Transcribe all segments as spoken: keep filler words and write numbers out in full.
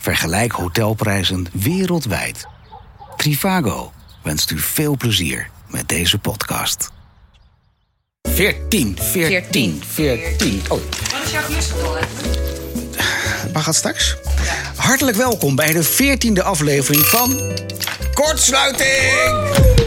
Vergelijk hotelprijzen wereldwijd. Trivago wenst u veel plezier met deze podcast. veertien, veertien, veertien. Oh. Wat is jouw geluksgetal eigenlijk? Mag dat straks? Ja. Hartelijk welkom bij de veertiende aflevering van Kortsluiting!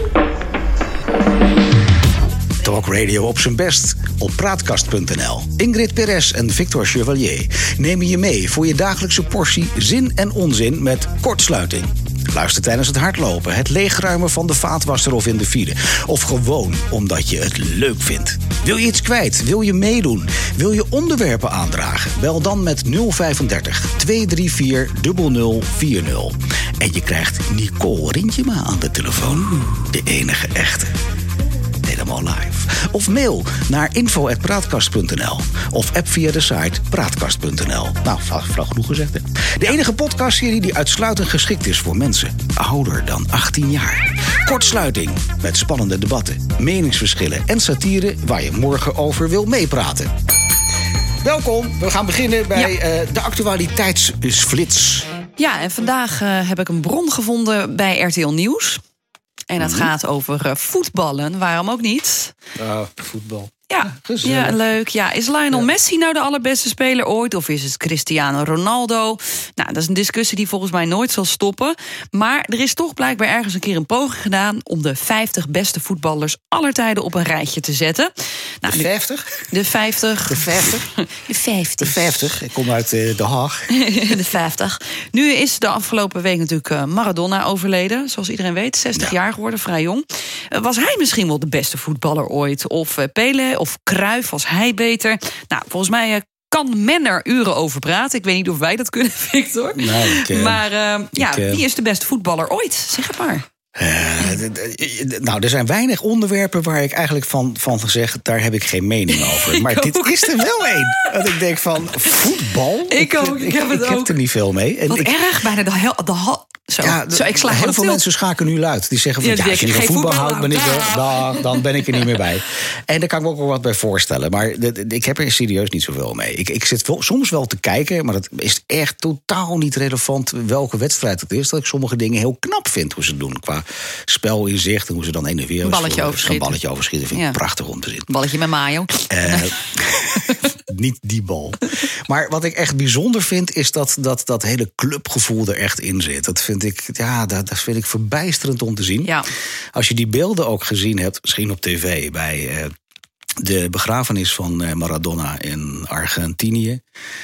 Talk Radio op zijn best op praatkast punt n l. Ingrid Perez en Victor Chevalier nemen je mee voor je dagelijkse portie zin en onzin met Kortsluiting. Luister tijdens het hardlopen, het leegruimen van de vaatwasser of in de file. Of gewoon omdat je het leuk vindt. Wil je iets kwijt? Wil je meedoen? Wil je onderwerpen aandragen? Bel dan met nul vijfendertig, tweehonderdvierentwintig, nul nul vierzig. En je krijgt Nicole Rintjema aan de telefoon. De enige echte. Helemaal live. Of mail naar info at praatkast punt n l. Of app via de site praatkast punt n l. Nou, vooral genoeg gezegd, hè? De enige podcastserie die uitsluitend geschikt is voor mensen ouder dan achttien jaar. Kortsluiting met spannende debatten, meningsverschillen en satire waar je morgen over wil meepraten. Welkom, we gaan beginnen bij ja. uh, de actualiteitsflits. Ja, en vandaag uh, heb ik een bron gevonden bij R T L Nieuws. En dat mm-hmm. gaat over uh, voetballen, waarom ook niet? Uh, voetbal. Ja, ja, leuk. Ja, is Lionel ja. Messi nou de allerbeste speler ooit? Of is het Cristiano Ronaldo? Nou, dat is een discussie die volgens mij nooit zal stoppen. Maar er is toch blijkbaar ergens een keer een poging gedaan om de vijftig beste voetballers aller tijden op een rijtje te zetten. Nou, de vijftig? De vijftig. De vijftig? De vijftig. De vijftig. Ik kom uit uh, Den Haag. De vijftig. Nu is de afgelopen week natuurlijk uh, Maradona overleden. Zoals iedereen weet, zestig ja. jaar geworden, vrij jong. Uh, was hij misschien wel de beste voetballer ooit? Of uh, Pelé? Of Cruijff, was hij beter? Nou, volgens mij uh, kan men er uren over praten. Ik weet niet of wij dat kunnen, Victor. Nou, ik, uh, maar uh, ja, ik, uh, wie is de beste voetballer ooit? Zeg het maar. Uh, nou, er zijn weinig onderwerpen waar ik eigenlijk van, van zeg, daar heb ik geen mening over. Maar dit ook. Is er wel één. Dat ik denk van, voetbal? Ik, ik ook, ik, ik heb het ik ook. heb er niet veel mee. En Wat ik, erg, bijna de hel... De hal, zo, ja, de, zo, ik sla heel veel til. mensen schaken nu luid. Die zeggen van, ja, ja als je niet van voetbal, voetbal houdt, ben ik er, dan, dan ben ik er niet meer bij. En daar kan ik me ook wel wat bij voorstellen. Maar de, de, ik heb er serieus niet zoveel mee. Ik, ik zit wel, soms wel te kijken, maar dat is echt totaal niet relevant welke wedstrijd het is. Dat ik sommige dingen heel knap vind hoe ze het doen. Qua spel in zicht en hoe ze dan een en weer een balletje overschieten. Een balletje overschieten vind ik ja. prachtig om te zien. Balletje met mayo. Uh, niet die bal. Maar wat ik echt bijzonder vind, is dat dat, dat hele clubgevoel er echt in zit. Dat vind ik, ja, dat, dat vind ik verbijsterend om te zien. Ja. Als je die beelden ook gezien hebt, misschien op tv, bij uh, de begrafenis van uh, Maradona in Argentinië.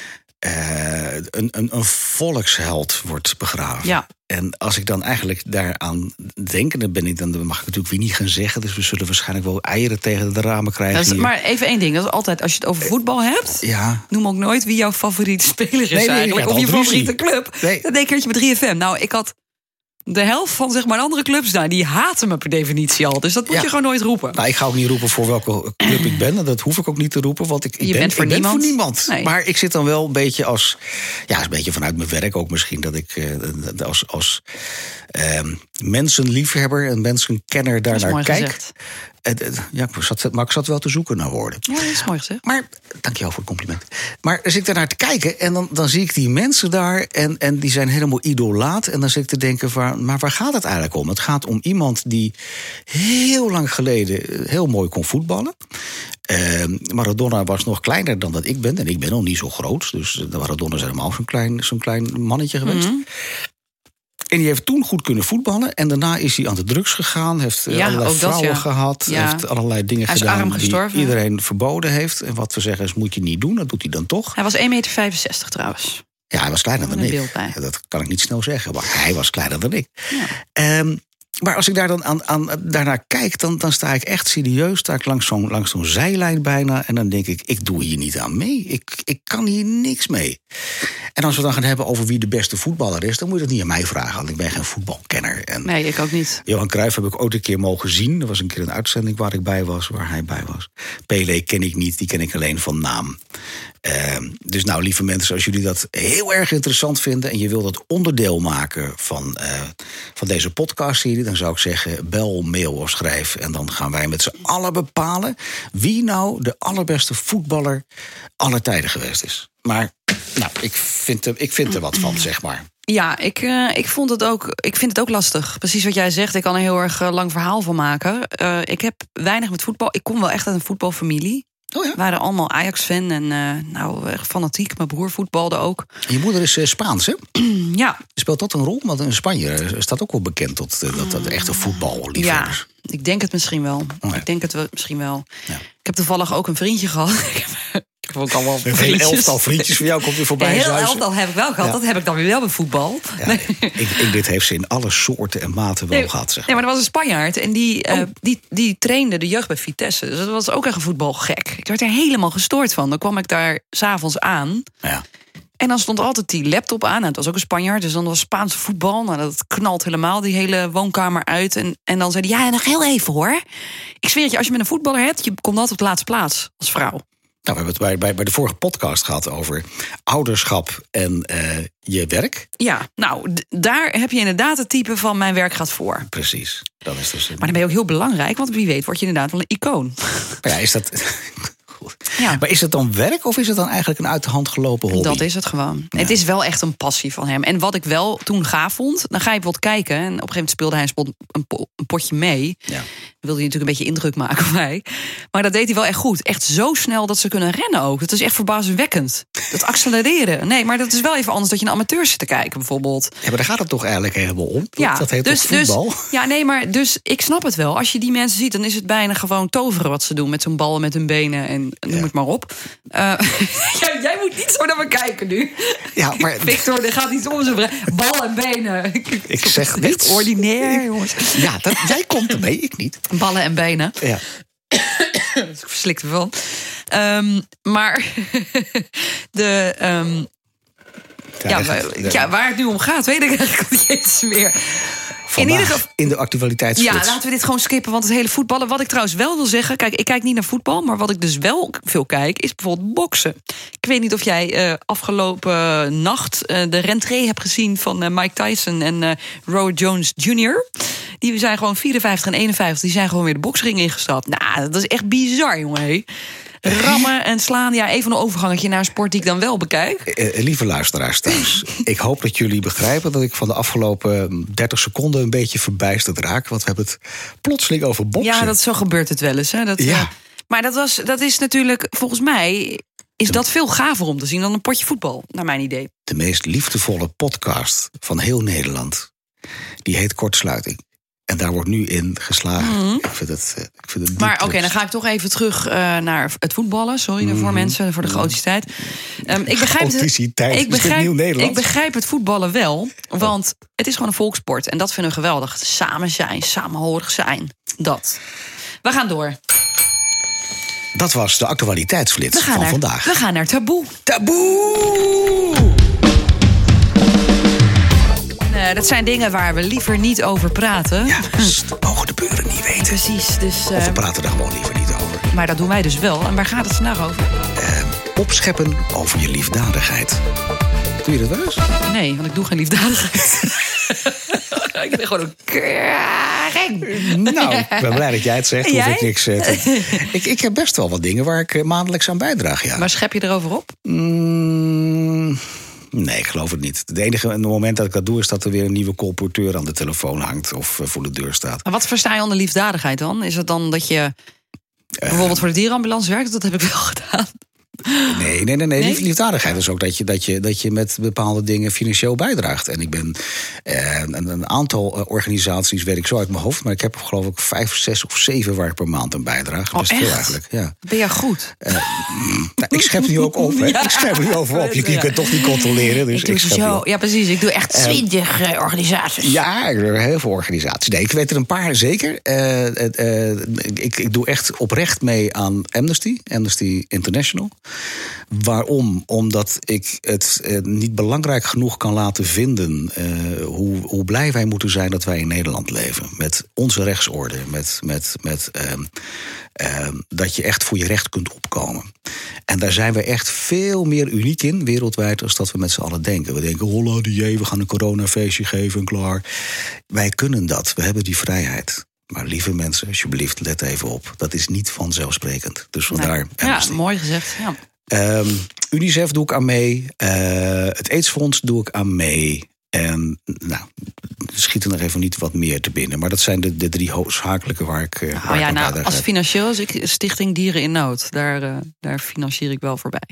Uh, een, een, een volksheld wordt begraven. Ja. En als ik dan eigenlijk daaraan denk, dan ben ik dan, dan mag ik natuurlijk weer niet gaan zeggen. Dus we zullen waarschijnlijk wel eieren tegen de ramen krijgen. Is, maar even één ding, dat is altijd als je het over voetbal hebt. Ja. Noem ook nooit wie jouw favoriete speler is nee, nee, eigenlijk. Of je favoriete club. Nee. Dat deed ik een keertje met drie F M. Nou, ik had de helft van zeg maar andere clubs daar, die haten me per definitie al. Dus dat moet ja. je gewoon nooit roepen. Nou, ik ga ook niet roepen voor welke club ik ben. Dat hoef ik ook niet te roepen, want ik, ik je ben, bent voor ik niemand. Ben voor niemand. Nee. Maar ik zit dan wel een beetje als, ja, een beetje vanuit mijn werk ook misschien, dat ik uh, als, als uh, mensenliefhebber en mensenkenner daarnaar kijk. Gezegd. Ja, ik zat, maar ik zat wel te zoeken naar woorden. Ja, dat is mooi gezegd. Maar, dankjewel voor het compliment. Maar dan zit ik daarnaar te kijken en dan, dan zie ik die mensen daar en, en die zijn helemaal idolaat. En dan zit ik te denken van, maar waar gaat het eigenlijk om? Het gaat om iemand die heel lang geleden heel mooi kon voetballen. Uh, Maradona was nog kleiner dan dat ik ben. En ik ben nog niet zo groot. Dus Maradona is helemaal zo'n klein, zo'n klein mannetje geweest. Mm-hmm. En die heeft toen goed kunnen voetballen. En daarna is hij aan de drugs gegaan. Heeft ja, allerlei vrouwen dat, ja. gehad. Ja. Heeft allerlei dingen hij is gedaan arm gestorven, die iedereen verboden heeft. En wat we zeggen is, moet je niet doen. Dat doet hij dan toch. Hij was één meter vijfenzestig trouwens. Ja, hij was kleiner dan ik. Ja, dat kan ik niet snel zeggen. Maar hij was kleiner dan ik. Ja. Um, Maar als ik daar dan aan, aan, daarnaar kijk, dan, dan sta ik echt serieus. Sta ik langs zo'n, langs zo'n zijlijn bijna. En dan denk ik, ik doe hier niet aan mee. Ik, ik kan hier niks mee. En als we dan gaan hebben over wie de beste voetballer is, dan moet je dat niet aan mij vragen. Want ik ben geen voetbalkenner. En nee, ik ook niet. Johan Cruijff heb ik ooit een keer mogen zien. Er was een keer een uitzending waar ik bij was, waar hij bij was. Pelé ken ik niet, die ken ik alleen van naam. Uh, dus nou, lieve mensen, als jullie dat heel erg interessant vinden en je wilt dat onderdeel maken van, uh, van deze podcastserie, dan zou ik zeggen, bel, mail of schrijf. En dan gaan wij met z'n allen bepalen wie nou de allerbeste voetballer aller tijden geweest is. Maar nou, ik vind er, ik vind er wat van, zeg maar. Ja, ik, uh, ik, vond het ook, ik vind het ook lastig. Precies wat jij zegt, ik kan er een heel erg uh, lang verhaal van maken. Uh, ik heb weinig met voetbal. Ik kom wel echt uit een voetbalfamilie. Oh ja? We waren allemaal Ajax-fan en uh, nou, echt fanatiek. Mijn broer voetbalde ook. Je moeder is uh, Spaans, hè? Ja. Speelt dat een rol? Want in Spanje staat ook wel bekend tot uh, dat, dat echte voetballiefhebbers. Ja, ik denk het misschien wel. Oh ja. Ik denk het wel, misschien wel. Ja. Ik heb toevallig ook een vriendje gehad. Ik heb ook allemaal een heel elftal vriendjes van jou komt weer voorbij. Een heel elftal heb ik wel gehad. Ja. Dat heb ik dan weer wel bij voetbal. Ja, nee. ik, ik, dit heeft ze in alle soorten en maten wel nee, gehad. Zeg. Nee, maar er was een Spanjaard en die, oh. uh, die, die trainde de jeugd bij Vitesse. Dus dat was ook echt een voetbalgek. Ik werd er helemaal gestoord van. Dan kwam ik daar 's avonds aan. Ja. En dan stond altijd die laptop aan. En het was ook een Spanjaard, dus dan was Spaanse voetbal. Nou, dat knalt helemaal die hele woonkamer uit. En, en dan zei hij, ja, nog heel even hoor. Ik zweer het je, als je met een voetballer hebt, je komt altijd op de laatste plaats als vrouw. Nou, we hebben het bij, bij, bij de vorige podcast gehad over ouderschap en uh, je werk. Ja, nou, d- daar heb je inderdaad het type van mijn werk gaat voor. Precies. Dat is dus een... Maar dan ben je ook heel belangrijk, want wie weet word je inderdaad wel een icoon. Maar ja, is dat... Ja. Maar is het dan werk of is het dan eigenlijk een uit de hand gelopen hobby? Dat is het gewoon. Ja. Het is wel echt een passie van hem. En wat ik wel toen gaaf vond, dan ga je wat kijken. En op een gegeven moment speelde hij een, spot, een, po, een potje mee. Ja. Dan wilde hij natuurlijk een beetje indruk maken op mij. Maar dat deed hij wel echt goed. Echt zo snel dat ze kunnen rennen ook. Dat is echt verbazingwekkend. Dat accelereren. Nee, maar dat is wel even anders dat je een amateur zit te kijken bijvoorbeeld. Ja, maar daar gaat het toch eigenlijk helemaal om? Ja, dat heet dus, toch voetbal? Dus, ja, nee, maar dus ik snap het wel. Als je die mensen ziet, dan is het bijna gewoon toveren wat ze doen. Met zo'n bal met hun benen en noem ja. het maar op. Uh, ja, jij moet niet zo naar me kijken nu. Ja, maar... Victor, er gaat iets om zijn bal en benen. Ik zeg niets. Ordinair, jongens. Ja, dat, jij komt ermee, ik niet. Ballen en benen. Ja. Ik verslik ervan. Um, maar de... Um, ja, ja, maar, ja, waar het nu om gaat, weet ik eigenlijk niet eens meer. Vandaag, in, ieder geval, in de actualiteitsflits. Ja, laten we dit gewoon skippen, want het hele voetballen. Wat ik trouwens wel wil zeggen, kijk, ik kijk niet naar voetbal, maar wat ik dus wel veel kijk, is bijvoorbeeld boksen. Ik weet niet of jij uh, afgelopen nacht uh, de rentree hebt gezien van uh, Mike Tyson en uh, Roy Jones junior Die zijn gewoon vierenvijftig en eenenvijftig, die zijn gewoon weer de boksring ingestapt. Nou, dat is echt bizar, jongen. Hé. Rammen en slaan, ja, even een overgangetje naar een sport die ik dan wel bekijk. Uh, lieve luisteraars thuis, ik hoop dat jullie begrijpen dat ik van de afgelopen dertig seconden een beetje verbijsterd raak. Want we hebben het plotseling over boksen. Ja, dat zo gebeurt het wel eens. Hè? Dat, ja. uh, maar dat, was, dat is natuurlijk, volgens mij, is dat veel gaver om te zien dan een potje voetbal, naar mijn idee. De meest liefdevolle podcast van heel Nederland, die heet Kortsluiting. En daar wordt nu in geslagen. Mm-hmm. Ik vind het, ik vind het maar oké, okay, dan ga ik toch even terug uh, naar het voetballen. Sorry mm-hmm. voor mensen, voor de chaoticiteit. Um, ik begrijp het, ik begrijp, ik begrijp het voetballen wel. Want het is gewoon een volkssport. En dat vinden we geweldig. Samen zijn, samenhorig zijn. Dat. We gaan door. Dat was de actualiteitsflits van naar, vandaag. We gaan naar taboe. Taboe! Uh, dat zijn dingen waar we liever niet over praten. Ja, dat mogen de buren niet weten. Precies. Dus, uh, of we praten er gewoon liever niet over. Maar dat doen wij dus wel. En waar gaat het vandaag over? Uh, opscheppen over je liefdadigheid. Doe je dat wel eens? Nee, want ik doe geen liefdadigheid. Ik ben gewoon een kring. Nou, ik ben blij dat jij het zegt. Hoef ik, niks, uh, ik, ik heb best wel wat dingen waar ik maandelijks aan bijdraag. Ja. Maar schep je erover op? Mm, nee, ik geloof het niet. Het enige moment dat ik dat doe is dat er weer een nieuwe colporteur aan de telefoon hangt of uh, voor de deur staat. Maar wat versta je onder liefdadigheid dan? Is het dan dat je bijvoorbeeld uh, voor de dierenambulance werkt? Dat heb ik wel gedaan. Nee, nee, nee, nee. nee? Liefdadigheid is ook dat je, dat, je, dat je met bepaalde dingen financieel bijdraagt. En ik ben uh, een, een aantal uh, organisaties, weet ik zo uit mijn hoofd, maar ik heb geloof ik vijf, zes of zeven waar ik per maand aan bijdraag. Oh, best echt? veel eigenlijk. Ja. Ben je goed? Uh, nou, ik schep nu ook op. Hè. Ja. Ik schep nu over op. Je, je kunt toch niet controleren. Dus ik doe ik zo. Ja, precies. Ik doe echt twintig uh, organisaties. Ja, ik doe heel veel organisaties. Nee, ik weet er een paar zeker. Uh, uh, uh, ik, ik doe echt oprecht mee aan Amnesty, Amnesty International. Waarom? Omdat ik het uh, niet belangrijk genoeg kan laten vinden uh, hoe, hoe blij wij moeten zijn dat wij in Nederland leven. Met onze rechtsorde, met, met, met uh, uh, dat je echt voor je recht kunt opkomen. En daar zijn we echt veel meer uniek in, wereldwijd, dan dat we met z'n allen denken. We denken, holla die jee, we gaan een coronafeestje geven en klaar. Wij kunnen dat, we hebben die vrijheid. Maar lieve mensen, alsjeblieft, let even op. Dat is niet vanzelfsprekend. Dus vandaar. Nee. Ja, mooi gezegd. Ja. Um, UNICEF doe ik aan mee. Uh, het AIDS-fonds doe ik aan mee. En nou, schieten er even niet wat meer te binnen. Maar dat zijn de, de drie hoofdzakelijke waar ik... Nou, waar ja, ik nou, aan als heb. financieel is ik Stichting Dieren in Nood. Daar, uh, daar financier ik wel voorbij.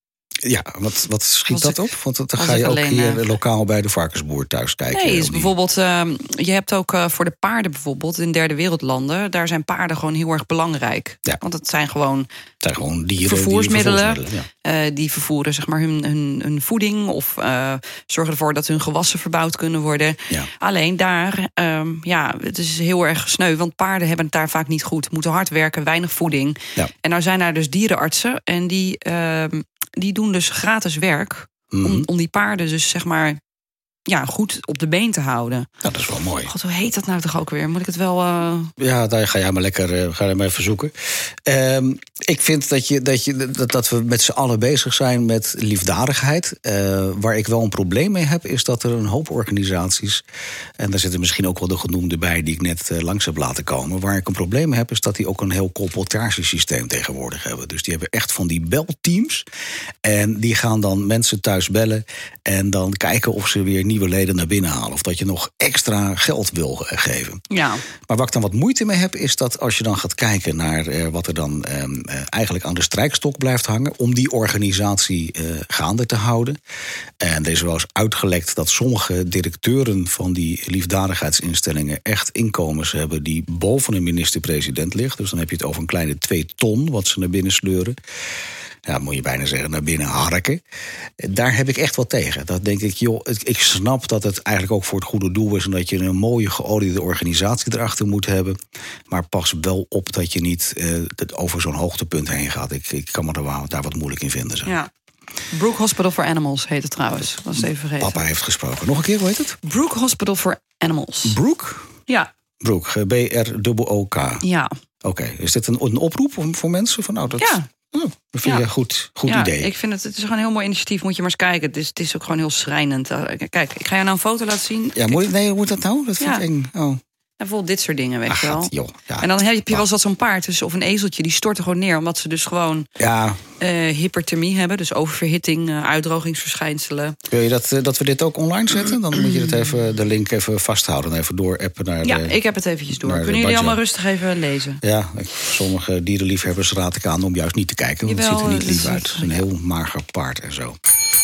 Ja, wat, wat schiet Als dat ik, op? Want dan als ga je ik ook alleen, hier uh, lokaal bij de varkensboer thuis kijken. Nee, is die... bijvoorbeeld, uh, je hebt ook uh, voor de paarden bijvoorbeeld in derde wereldlanden, daar zijn paarden gewoon heel erg belangrijk. Ja. Want het zijn gewoon, het zijn gewoon dieren, vervoersmiddelen. Die, vervoersmiddelen ja. uh, die vervoeren zeg maar hun, hun, hun voeding of uh, zorgen ervoor dat hun gewassen verbouwd kunnen worden. Ja. Alleen daar, um, ja, het is heel erg sneu, want paarden hebben het daar vaak niet goed. Moeten hard werken, weinig voeding. Ja. En nou zijn daar dus dierenartsen en die, uh, die doen dus gratis werk. Mm. Om, om die paarden dus zeg maar ja, goed op de been te houden. Nou, dat is wel mooi. God, hoe heet dat nou toch ook weer? Moet ik het wel... Uh... Ja, daar ga jij maar lekker uh, ga jij maar even zoeken. Um, ik vind dat, je, dat, je, dat, dat we met z'n allen bezig zijn met liefdadigheid. Uh, waar ik wel een probleem mee heb, is dat er een hoop organisaties... en daar zitten misschien ook wel de genoemde bij die ik net uh, langs heb laten komen... waar ik een probleem mee heb, is dat die ook een heel colportagesysteem tegenwoordig hebben. Dus die hebben echt van die belteams. En die gaan dan mensen thuis bellen en dan kijken of ze weer nieuwe leden naar binnen halen. Of dat je nog extra geld wil geven. Ja. Maar waar ik dan wat moeite mee heb, is dat als je dan gaat kijken naar uh, wat er dan uh, uh, eigenlijk aan de strijkstok blijft hangen, om die organisatie uh, gaande te houden. En er is wel eens uitgelekt dat sommige directeuren van die liefdadigheidsinstellingen echt inkomens hebben die boven een minister-president ligt. Dus dan heb je het over een kleine twee ton wat ze naar binnen sleuren. Ja, moet je bijna zeggen, naar binnen harken. Daar heb ik echt wat tegen. Dat denk ik, joh, ik snap dat het eigenlijk ook voor het goede doel is en dat je een mooie geoliede organisatie erachter moet hebben. Maar pas wel op dat je niet uh, over zo'n hoogtepunt heen gaat. Ik, ik kan me daar, daar wat moeilijk in vinden. Zo. Ja. Brook Hospital for Animals heet het trouwens. Dat is even vergeten. Papa heeft gesproken. Nog een keer, hoe heet het? Brook Hospital for Animals. Brook? Ja. Brook, B R O O K. Ja. Oké, okay. Is dit een, een oproep voor mensen? Van, nou, dat... Ja. Oh, dat vind je ja. een goed, goed ja, idee. Ik vind het, het is gewoon een heel mooi initiatief. Moet je maar eens kijken. Het is, het is ook gewoon heel schrijnend. Kijk, ik ga je nou een foto laten zien. Ja, moet, nee, hoe moet dat nou? Dat vind ja. ik eng. Oh. En bijvoorbeeld dit soort dingen, weet Ach, je wel. Gat, joh, ja. En dan heb je wel eens dat zo'n paard dus, of een ezeltje, die storten gewoon neer. Omdat ze dus gewoon ja. uh, hyperthermie hebben. Dus oververhitting, uh, uitdrogingsverschijnselen. Wil je dat, uh, dat we dit ook online zetten? Dan moet je het even, de link even vasthouden. Even doorappen naar Ja, de, ik heb het eventjes door. Kunnen jullie budget. allemaal rustig even lezen? Ja, sommige dierenliefhebbers raad ik aan om juist niet te kijken. Want Jawel, het ziet er niet lief is, uit. Het is een heel mager paard en zo.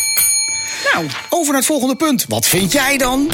Nou. Over naar het volgende punt. Wat vind jij dan?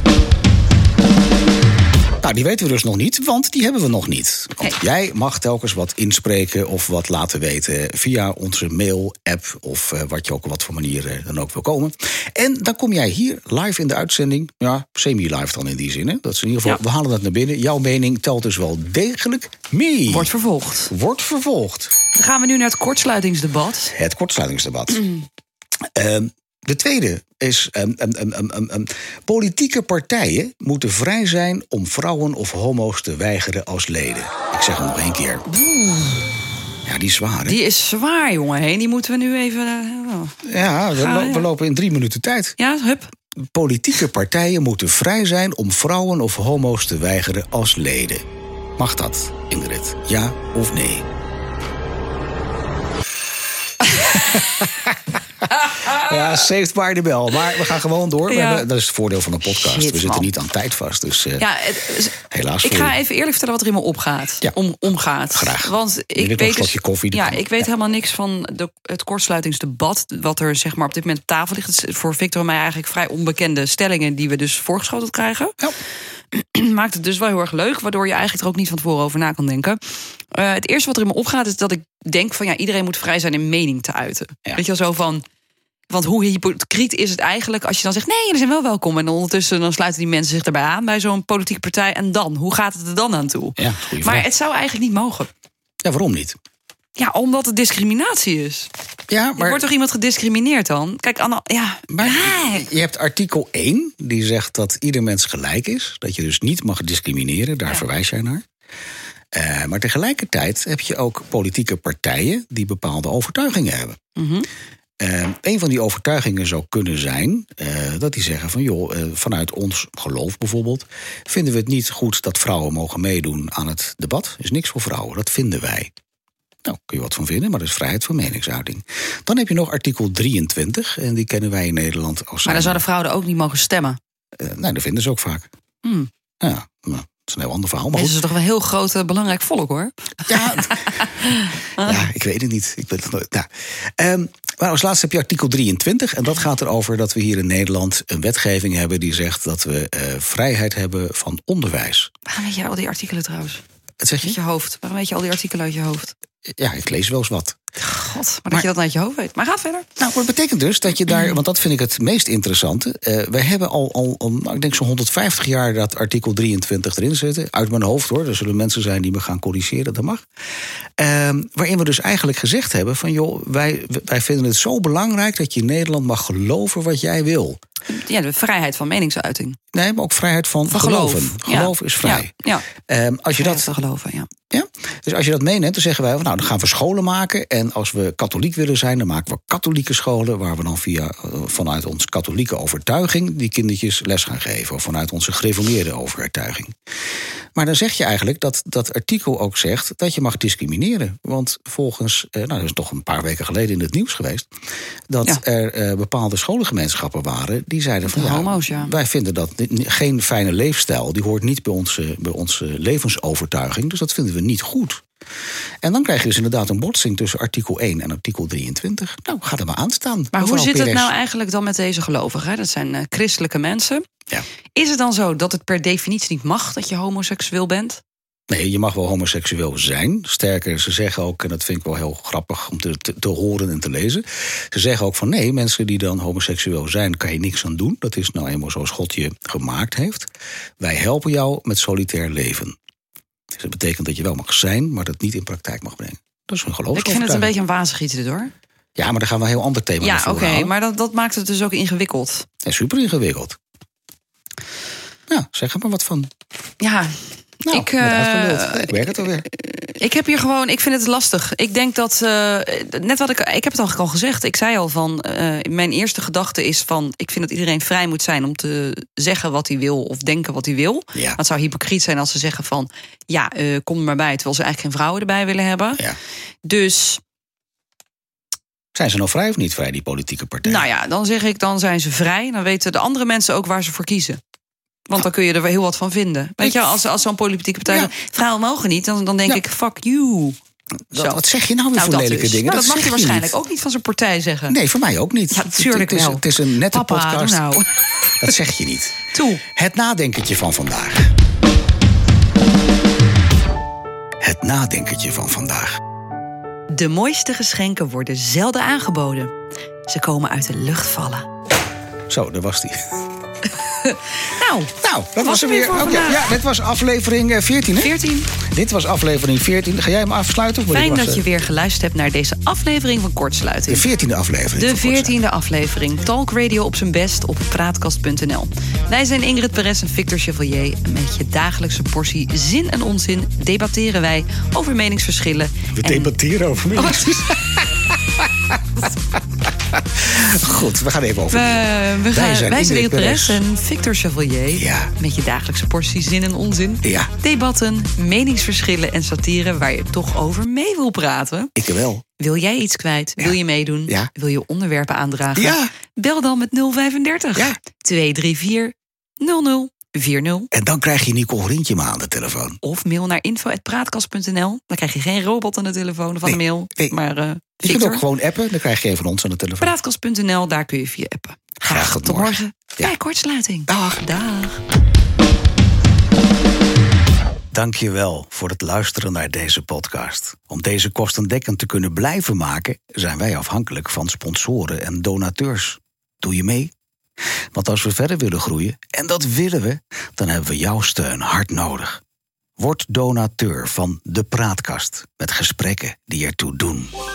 Nou, die weten we dus nog niet, want die hebben we nog niet. Want hey. jij mag telkens wat inspreken of wat laten weten via onze mail, app of uh, wat je ook op wat voor manier uh, dan ook wil komen. En dan kom jij hier live in de uitzending, ja, semi-live dan in die zin. Hè? Dat is in ieder geval, ja. We halen dat naar binnen. Jouw mening telt dus wel degelijk mee. Wordt vervolgd. Wordt vervolgd. Dan gaan we nu naar het kortsluitingsdebat. Het kortsluitingsdebat. Mm. Uh, De tweede is, um, um, um, um, um, politieke partijen moeten vrij zijn om vrouwen of homo's te weigeren als leden. Ik zeg hem nog één keer. Oeh. Ja, die is zwaar, hè? Die is zwaar, jongen. Heen. Die moeten we nu even... Uh, ja, we, gaan, lo- ja, we lopen in drie minuten tijd. Ja, hup. Politieke partijen moeten vrij zijn om vrouwen of homo's te weigeren als leden. Mag dat, Ingrid? Ja of nee? Ja, saved by the bell. Maar we gaan gewoon door. Ja. We hebben, dat is het voordeel van een podcast. Shit, we zitten man. niet aan tijd vast. Dus uh, ja, het, helaas. Ik ga even eerlijk vertellen wat er in me opgaat. Ja. Om, omgaat. Graag. Want ik weet, weet dus, koffie, ja, kan. ik weet ja. helemaal niks van de, het kortsluitingsdebat. Wat er zeg maar op dit moment op tafel ligt. Het is voor Victor en mij eigenlijk vrij onbekende stellingen die we dus voorgeschoteld krijgen. Ja. Maakt het dus wel heel erg leuk, waardoor je eigenlijk er ook niet van tevoren over na kan denken. Uh, het eerste wat er in me opgaat is dat ik denk van ja, iedereen moet vrij zijn in mening te uiten. Ja. Weet je wel, zo van. Want hoe hypocriet is het eigenlijk als je dan zegt nee, jullie zijn wel welkom. En ondertussen dan sluiten die mensen zich erbij aan bij zo'n politieke partij. En dan? Hoe gaat het er dan aan toe? Ja, maar het zou eigenlijk niet mogen. Ja, waarom niet? Ja, omdat het discriminatie is. Ja, maar... Er wordt toch iemand gediscrimineerd dan? Kijk, Anna, ja. Maar je hebt artikel één, die zegt dat ieder mens gelijk is. Dat je dus niet mag discrimineren, daar ja. verwijs jij naar. Uh, maar tegelijkertijd heb je ook politieke partijen die bepaalde overtuigingen hebben. Mm-hmm. Uh, een van die overtuigingen zou kunnen zijn uh, dat die zeggen van joh, uh, vanuit ons geloof bijvoorbeeld vinden we het niet goed dat vrouwen mogen meedoen aan het debat. Is niks voor vrouwen, dat vinden wij. Nou, kun je wat van vinden, maar dat is vrijheid van meningsuiting. Dan heb je nog artikel drieëntwintig en die kennen wij in Nederland als... Maar dan zouden vrouwen ook niet mogen stemmen. Uh, nee, dat vinden ze ook vaak. Hmm. Ja, nou, dat is een heel ander verhaal. Maar Deze is toch wel een heel groot, uh, belangrijk volk, hoor. Ja, ja, ik weet het niet. Ik weet het nooit. Ja. Um, maar als laatste heb je artikel drieëntwintig. En dat gaat erover dat we hier in Nederland een wetgeving hebben die zegt dat we uh, vrijheid hebben van onderwijs. Waarom weet jij al die artikelen trouwens? Wat zeg je? Uit je hoofd. Waarom weet je al die artikelen uit je hoofd? Ja, ik lees wel eens wat. God, maar, maar dat je dat uit je hoofd weet. Maar ga verder. Nou, dat betekent dus dat je daar, want dat vind ik het meest interessante. Uh, wij hebben al, al, al nou, ik denk zo'n honderdvijftig jaar dat artikel drieëntwintig erin zitten. Uit mijn hoofd hoor, er zullen mensen zijn die me gaan corrigeren, dat mag. Uh, waarin we dus eigenlijk gezegd hebben van joh, wij, wij vinden het zo belangrijk dat je in Nederland mag geloven wat jij wil. Ja, de vrijheid van meningsuiting. Nee, maar ook vrijheid van, van geloven. Geloof, geloof ja. is vrij. Ja, ja. Um, als je vrijheid dat van geloven, ja. Ja? Dus als je dat meeneemt, dan zeggen wij, nou, dan gaan we scholen maken. En als we katholiek willen zijn, dan maken we katholieke scholen, waar we dan via, vanuit onze katholieke overtuiging die kindertjes les gaan geven. Of vanuit onze gereformeerde overtuiging. Maar dan zeg je eigenlijk dat dat artikel ook zegt dat je mag discrimineren. Want volgens, nou, dat is toch een paar weken geleden in het nieuws geweest, dat ja. er uh, bepaalde scholengemeenschappen waren die zeiden van de ja, homo's, ja, wij vinden dat geen fijne leefstijl. Die hoort niet bij onze, bij onze levensovertuiging. Dus dat vinden we niet goed. En dan krijg je dus inderdaad een botsing tussen artikel één en artikel drieëntwintig. Nou, ga er maar aan staan. Maar hoe zit het nou eigenlijk dan met deze gelovigen? Dat zijn uh, christelijke mensen. Ja. Is het dan zo dat het per definitie niet mag dat je homoseksueel bent? Nee, je mag wel homoseksueel zijn. Sterker, ze zeggen ook, en dat vind ik wel heel grappig om te, te, te horen en te lezen. Ze zeggen ook van nee, mensen die dan homoseksueel zijn, kan je niks aan doen. Dat is nou eenmaal zoals God je gemaakt heeft. Wij helpen jou met solitair leven. Dus dat betekent dat je wel mag zijn, maar dat niet in praktijk mag brengen. Dat is een geloofsovertuiging. Ik vind het een beetje een wazig iets dit hoor. Ja, maar dan gaan we een heel ander thema ja, naar voren oké, halen. maar dat, dat maakt het dus ook ingewikkeld. Ja, super ingewikkeld. Nou, zeg er maar wat van. Ja, nou, ik, uh, ik werk het alweer. Ik heb hier gewoon, ik vind het lastig. Ik denk dat, uh, net wat ik, ik heb het eigenlijk al gezegd. Ik zei al van, uh, mijn eerste gedachte is van, ik vind dat iedereen vrij moet zijn om te zeggen wat hij wil of denken wat hij wil. Ja. Maar het zou hypocriet zijn als ze zeggen van, ja, uh, kom er maar bij, terwijl ze eigenlijk geen vrouwen erbij willen hebben. Ja. Dus. Zijn ze nou vrij of niet vrij, die politieke partijen? Nou ja, dan zeg ik, dan zijn ze vrij. Dan weten de andere mensen ook waar ze voor kiezen. Want dan kun je er wel heel wat van vinden. Weet je, als, als zo'n politieke partij ja. zegt, vrouwen mogen niet, dan, dan denk ja. ik, fuck you. Dat, wat zeg je nou weer nou, voor lelijke dus. dingen? Maar dat dat mag je waarschijnlijk niet. ook niet van zijn partij zeggen. Nee, voor mij ook niet. Ja, natuurlijk het, het, wel. Het is een nette Papa, podcast. Doe nou. Dat zeg je niet. Toe. Het nadenkertje van vandaag. Het nadenkertje van vandaag. De mooiste geschenken worden zelden aangeboden. Ze komen uit de lucht vallen. Zo, daar was die. Nou, nou, dat was er weer. weer okay, ja, dit was aflevering veertien, hè? veertien. Dit was aflevering veertien. Ga jij hem afsluiten? Of Fijn was, dat je weer geluisterd hebt naar deze aflevering van Kortsluiting. De veertiende aflevering. De veertiende aflevering. Talk Radio op zijn best op praatkast punt n l. Wij zijn Ingrid Perez en Victor Chevalier. En met je dagelijkse portie zin en onzin debatteren wij over meningsverschillen. We en... debatteren over meningsverschillen. Goed, we gaan even over. We, we gaan, wij zijn Ingrid, Ingrid Perez en Victor Chevalier. Ja. Met je dagelijkse portie zin en onzin. Ja. Debatten, meningsverschillen en satire waar je toch over mee wil praten. Ik wel. Wil jij iets kwijt? Ja. Wil je meedoen? Ja. Wil je onderwerpen aandragen? Ja. Bel dan met nul vijfendertig. Ja. twee drie vier nul nul vier nul. En dan krijg je Nicole Rientje aan de telefoon. Of mail naar info at praatkast punt n l. Dan krijg je geen robot aan de telefoon of aan nee, de mail. Nee. Maar uh, je kunt ook gewoon appen, dan krijg je een van ons aan de telefoon. praatkast punt n l, daar kun je via appen. Graag, Graag tot morgen. morgen. Ja. Bij Kortsluiting. Dag. Dag. Dank je wel voor het luisteren naar deze podcast. Om deze kostendekkend te kunnen blijven maken, zijn wij afhankelijk van sponsoren en donateurs. Doe je mee? Want als we verder willen groeien, en dat willen we, dan hebben we jouw steun hard nodig. Word donateur van De Praatkast, met gesprekken die ertoe doen.